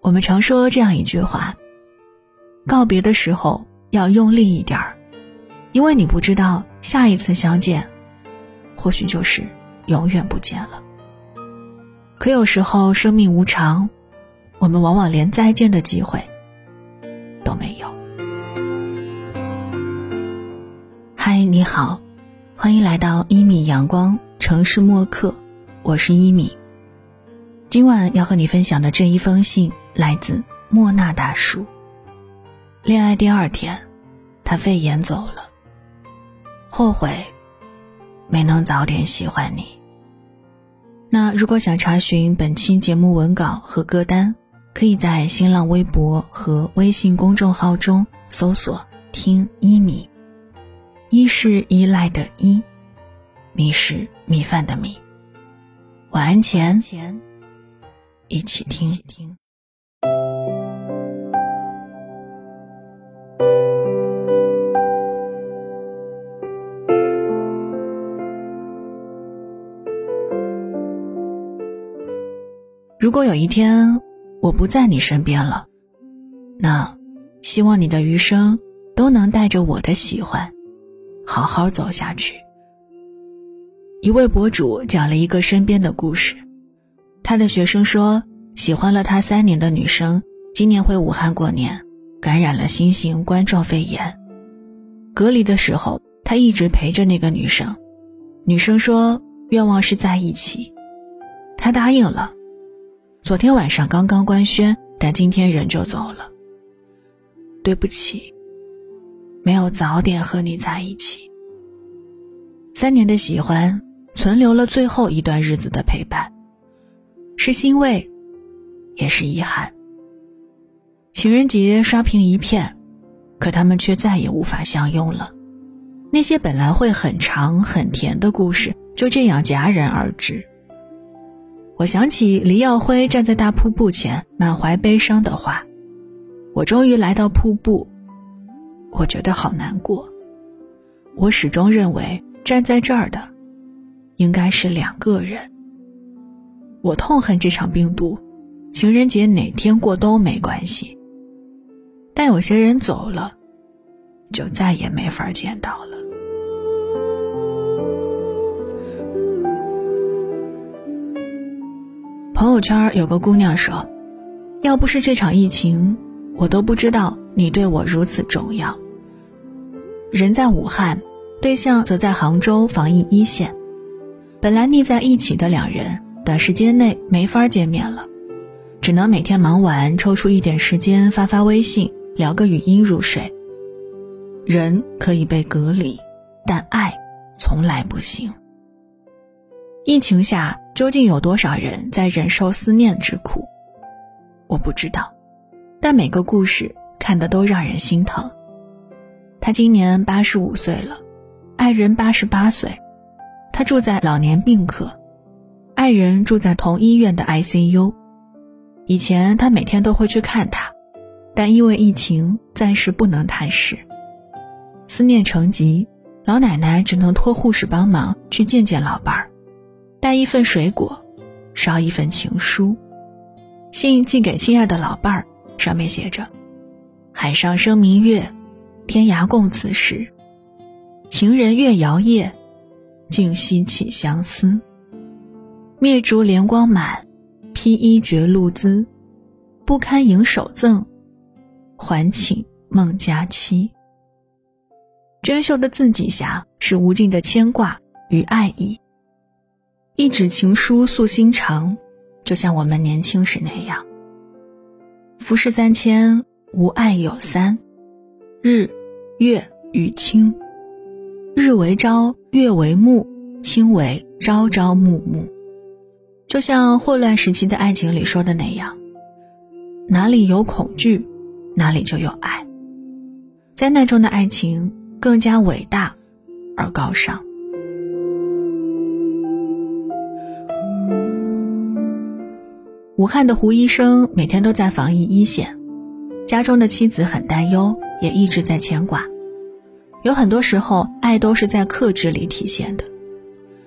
我们常说这样一句话，告别的时候要用力一点儿，因为你不知道下一次相见或许就是永远不见了。可有时候生命无常，我们往往连再见的机会都没有。嗨，你好，欢迎来到一米阳光城市默客，我是一米。今晚要和你分享的这一封信来自莫娜大叔。恋爱第2天，他肺炎走了，后悔没能早点喜欢你。那如果想查询本期节目文稿和歌单，可以在新浪微博和微信公众号中搜索听一米。一是依赖的依，米是米饭的米。晚安前一起听。如果有一天我不在你身边了，那希望你的余生都能带着我的喜欢好好走下去。一位博主讲了一个身边的故事，他的学生说，喜欢了他3年的女生今年回武汉过年，感染了新型冠状肺炎。隔离的时候，他一直陪着那个女生。女生说愿望是在一起，他答应了。昨天晚上刚刚官宣，但今天人就走了。对不起，没有早点和你在一起。3年的喜欢，存留了最后一段日子的陪伴，是欣慰，也是遗憾。情人节刷屏一片，可他们却再也无法相拥了。那些本来会很长很甜的故事，就这样戛然而止。我想起黎耀辉站在大瀑布前满怀悲伤的话，我终于来到瀑布，我觉得好难过。我始终认为站在这儿的应该是2个人。我痛恨这场病毒，情人节哪天过都没关系，但有些人走了，就再也没法见到了。朋友圈有个姑娘说，要不是这场疫情，我都不知道你对我如此重要。人在武汉，对象则在杭州防疫一线。本来腻在一起的2人，短时间内没法见面了，只能每天忙完抽出一点时间发发微信，聊个语音入睡。人可以被隔离，但爱从来不行。疫情下究竟有多少人在忍受思念之苦，我不知道，但每个故事看得都让人心疼。他今年85岁了，爱人88岁，他住在老年病科，爱人住在同医院的 ICU。 以前他每天都会去看他，但因为疫情暂时不能探视。思念成疾，老奶奶只能托护士帮忙去见见老伴儿，带一份水果，捎一份情书。信寄给亲爱的老伴儿，上面写着：海上生明月，天涯共此时。情人月摇曳，竟夕起相思。灭烛怜光满，披衣觉露滋。不堪迎手赠，还请梦佳期。娟秀的字迹下是无尽的牵挂与爱意。一纸情书诉心肠，就像我们年轻时那样。浮世3000，无爱有3，日、月与卿。日为朝，月为暮，卿为朝朝暮暮。就像霍乱时期的爱情里说的那样，哪里有恐惧，哪里就有爱。灾难中的爱情更加伟大而高尚。武汉的胡医生每天都在防疫一线，家中的妻子很担忧，也一直在牵挂。有很多时候，爱都是在克制里体现的。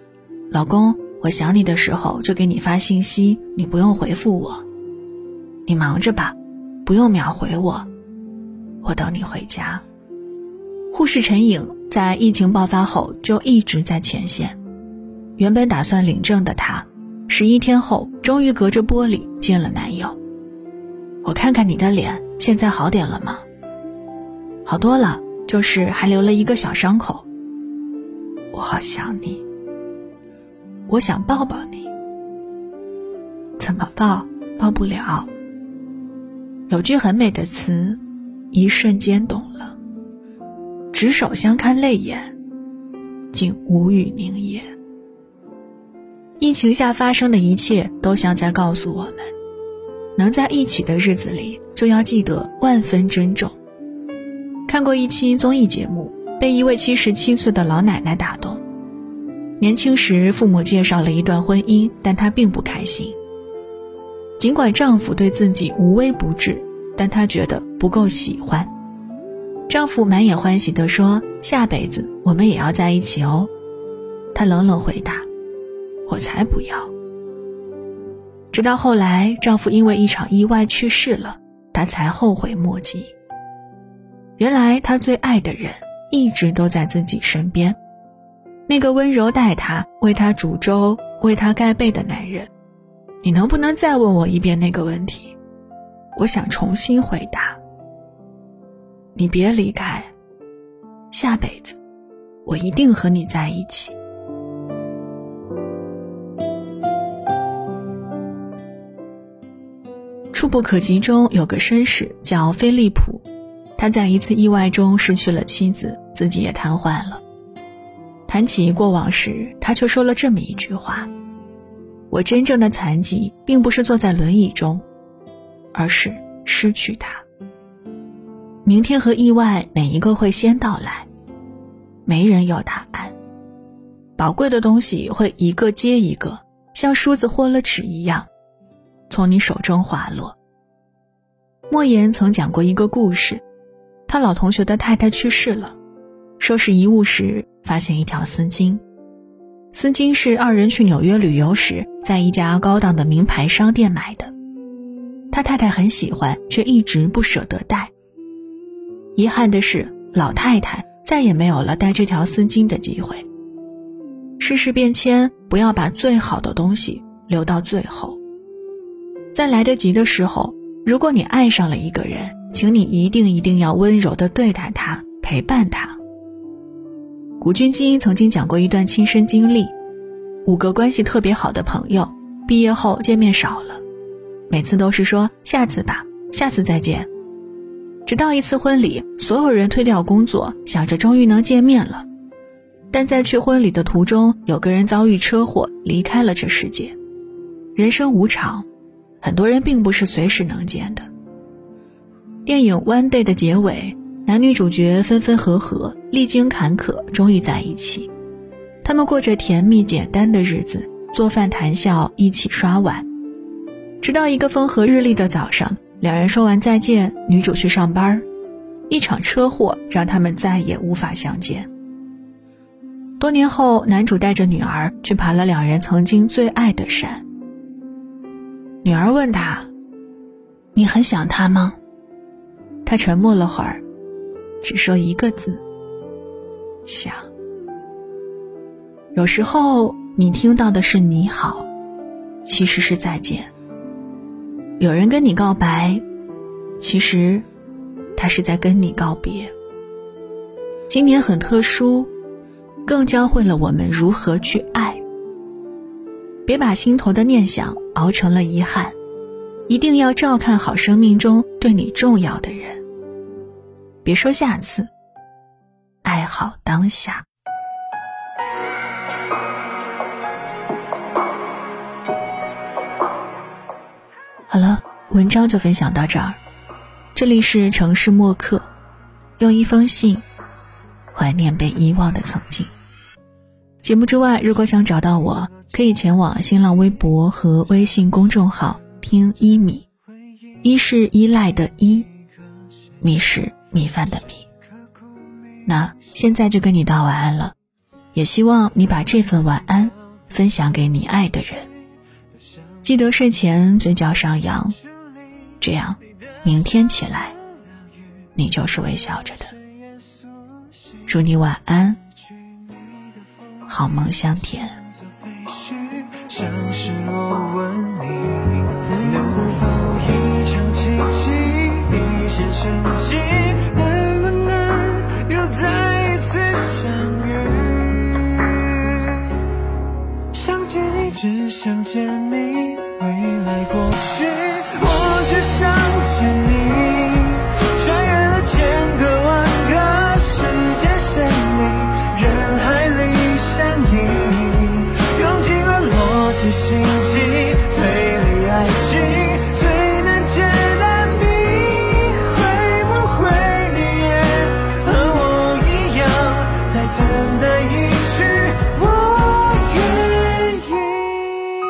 老公，我想你的时候就给你发信息，你不用回复我。 你忙着吧，不用秒回我，我等你回家。护士陈颖在疫情爆发后就一直在前线，原本打算领证的她11天后终于隔着玻璃见了男友。我看看你的脸，现在好点了吗？好多了，就是还留了一个小伤口。我好想你，我想抱抱你。怎么抱？抱不了。有句很美的词，一瞬间懂了。执手相看泪眼，竟无语凝噎。疫情下发生的一切都像在告诉我们，能在一起的日子里就要记得万分珍重。看过一期综艺节目，被一位77岁的老奶奶打动。年轻时父母介绍了一段婚姻，但她并不开心。尽管丈夫对自己无微不至，但她觉得不够喜欢。丈夫满眼欢喜地说，下辈子我们也要在一起哦。她冷冷回答，我才不要。直到后来丈夫因为一场意外去世了，她才后悔莫及。原来她最爱的人一直都在自己身边，那个温柔待她、为她煮粥、为她盖被的男人。你能不能再问我一遍那个问题？我想重新回答。你别离开，下辈子我一定和你在一起。触不可及中有个绅士叫菲利普，他在一次意外中失去了妻子，自己也瘫痪了。谈起过往时，他却说了这么一句话，我真正的残疾并不是坐在轮椅中，而是失去它。明天和意外哪一个会先到来？没人有答案。宝贵的东西会一个接一个，像梳子豁了齿一样，从你手中滑落。莫言曾讲过一个故事，他老同学的太太去世了，收拾遗物时发现一条丝巾。丝巾是二人去纽约旅游时在一家高档的名牌商店买的，他太太很喜欢，却一直不舍得戴。遗憾的是，老太太再也没有了戴这条丝巾的机会。世事变迁，不要把最好的东西留到最后。在来得及的时候，如果你爱上了一个人，请你一定要温柔地对待他，陪伴他。古巨基曾经讲过一段亲身经历，5个关系特别好的朋友，毕业后见面少了，每次都是说下次吧，下次再见。直到一次婚礼，所有人推掉工作，想着终于能见面了。但在去婚礼的途中，有个人遭遇车祸，离开了这世界。人生无常，很多人并不是随时能见的。电影《One Day》的结尾，男女主角分分合合，历经坎坷，终于在一起。他们过着甜蜜简单的日子，做饭谈笑，一起刷碗。直到一个风和日丽的早上，两人说完再见，女主去上班，一场车祸让他们再也无法相见。多年后，男主带着女儿去爬了两人曾经最爱的山。女儿问他，你很想他吗？他沉默了会儿，只说一个字，想。有时候你听到的是你好，其实是再见。有人跟你告白，其实他是在跟你告别。今年很特殊，更教会了我们如何去爱。别把心头的念想熬成了遗憾，一定要照看好生命中对你重要的人。别说下次，爱好当下。好了，文章就分享到这儿。这里是城市默客，用一封信怀念被遗忘的曾经。节目之外，如果想找到我，可以前往新浪微博和微信公众号听一米。一是依赖的依，米是米饭的米。那现在就跟你道晚安了，也希望你把这份晚安分享给你爱的人。记得睡前嘴角上扬， 这样明天起来你就是微笑着的。祝你晚安，好梦香甜。 像是我问你，能否一场奇迹，一线生机，能不能又再一次相遇？想见你，只想见你，未来过去，我只想见你，穿越了千个万个时间线里，人海里相依，用尽了逻辑心机，推理爱情最难解难谜，会不会你也和我一样，在等待一句我愿意？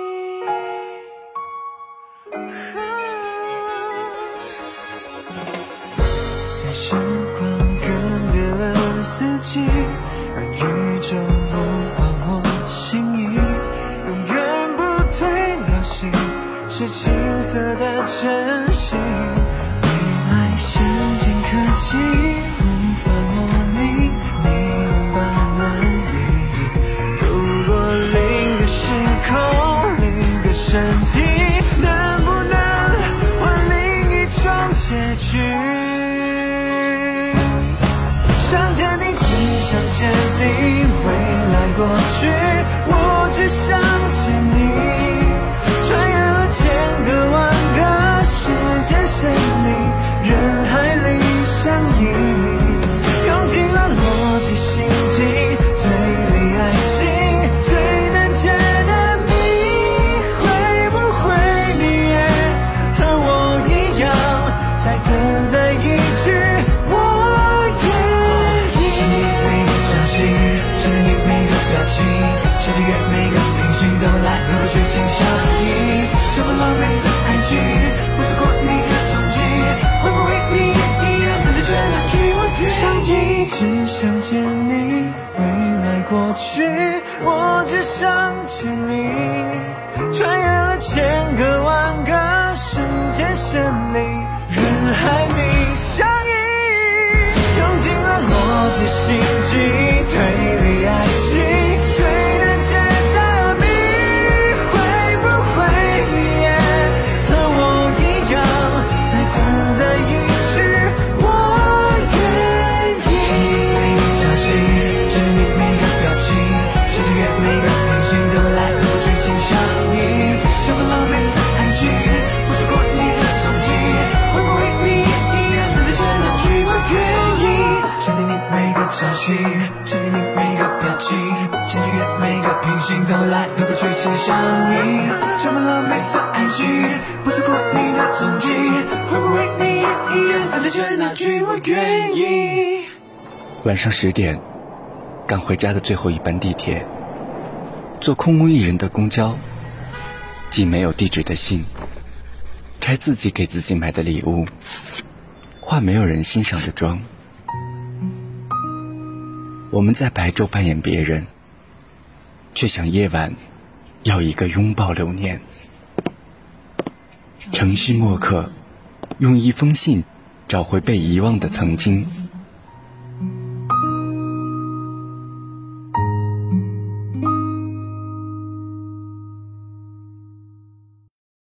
让时光更迭了四季，让宇宙无关我心意，永远不退流行，是青涩的真心。未来先进科技无法模拟你拥抱暖意，如果另个时空另个身体，能不能换另一种结局？想见你，只想见你，未来过去，我只想见你，穿越了千个万个时间线里，人海里相依，用尽了逻辑心机，推理爱情最难解难谜，会不会你也和我一样，在等待一句我想念你每个表情，想穿越每个平行，在未来如果虚情相依，这么狼狈的爱情，不错过你的踪迹，会不会你也一样等待着那句我愿意？想一直想见你，未来过去，我只想见你，穿越了千个万个时间线里，人海里相依，用尽了逻辑心机，推理爱情最难解的谜，会不会你也和我一样，在等待一句我愿意？想你每个朝夕，想你每个表情，想穿越每个平行，在未来如果虚情相依，这么狼狈的爱情，不错过你的踪迹，会不会你也一样等待着那句我愿意？想念你每个朝夕，想念你每个表情，想穿越每个平行，在未来如果虚情相依，这么狼狈的爱情，不错过你的踪迹，会不会你也一样等待着那句我愿意？ 晚上10点，赶回家的最后一班地铁，坐空无一人的公交，寄没有地址的信，拆自己给自己买的礼物，化没有人欣赏的妆。我们在白昼扮演别人，却想夜晚要一个拥抱留念。城市墨客用一封信找回被遗忘的曾经。